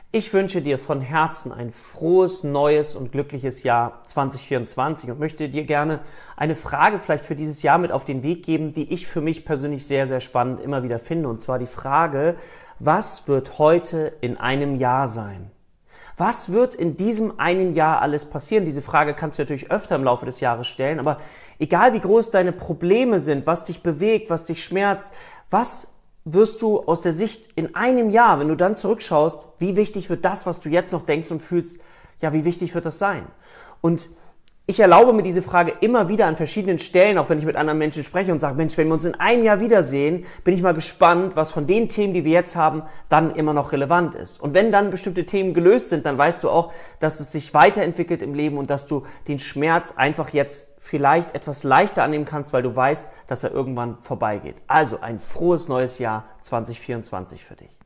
Ich wünsche dir von Herzen ein frohes, neues und glückliches Jahr 2024 und möchte dir gerne eine Frage vielleicht für dieses Jahr mit auf den Weg geben, die ich für mich persönlich sehr, sehr spannend immer wieder finde. Und zwar die Frage, was wird heute in einem Jahr sein? Was wird in diesem einen Jahr alles passieren? Diese Frage kannst du natürlich öfter im Laufe des Jahres stellen, aber egal wie groß deine Probleme sind, was dich bewegt, was dich schmerzt, was wirst du aus der Sicht in einem Jahr, wenn du dann zurückschaust, wie wichtig wird das, was du jetzt noch denkst und fühlst, ja, wie wichtig wird das sein? Und ich erlaube mir diese Frage immer wieder an verschiedenen Stellen, auch wenn ich mit anderen Menschen spreche und sage, Mensch, wenn wir uns in einem Jahr wiedersehen, bin ich mal gespannt, was von den Themen, die wir jetzt haben, dann immer noch relevant ist. Und wenn dann bestimmte Themen gelöst sind, dann weißt du auch, dass es sich weiterentwickelt im Leben und dass du den Schmerz einfach jetzt vielleicht etwas leichter annehmen kannst, weil du weißt, dass er irgendwann vorbeigeht. Also ein frohes neues Jahr 2024 für dich.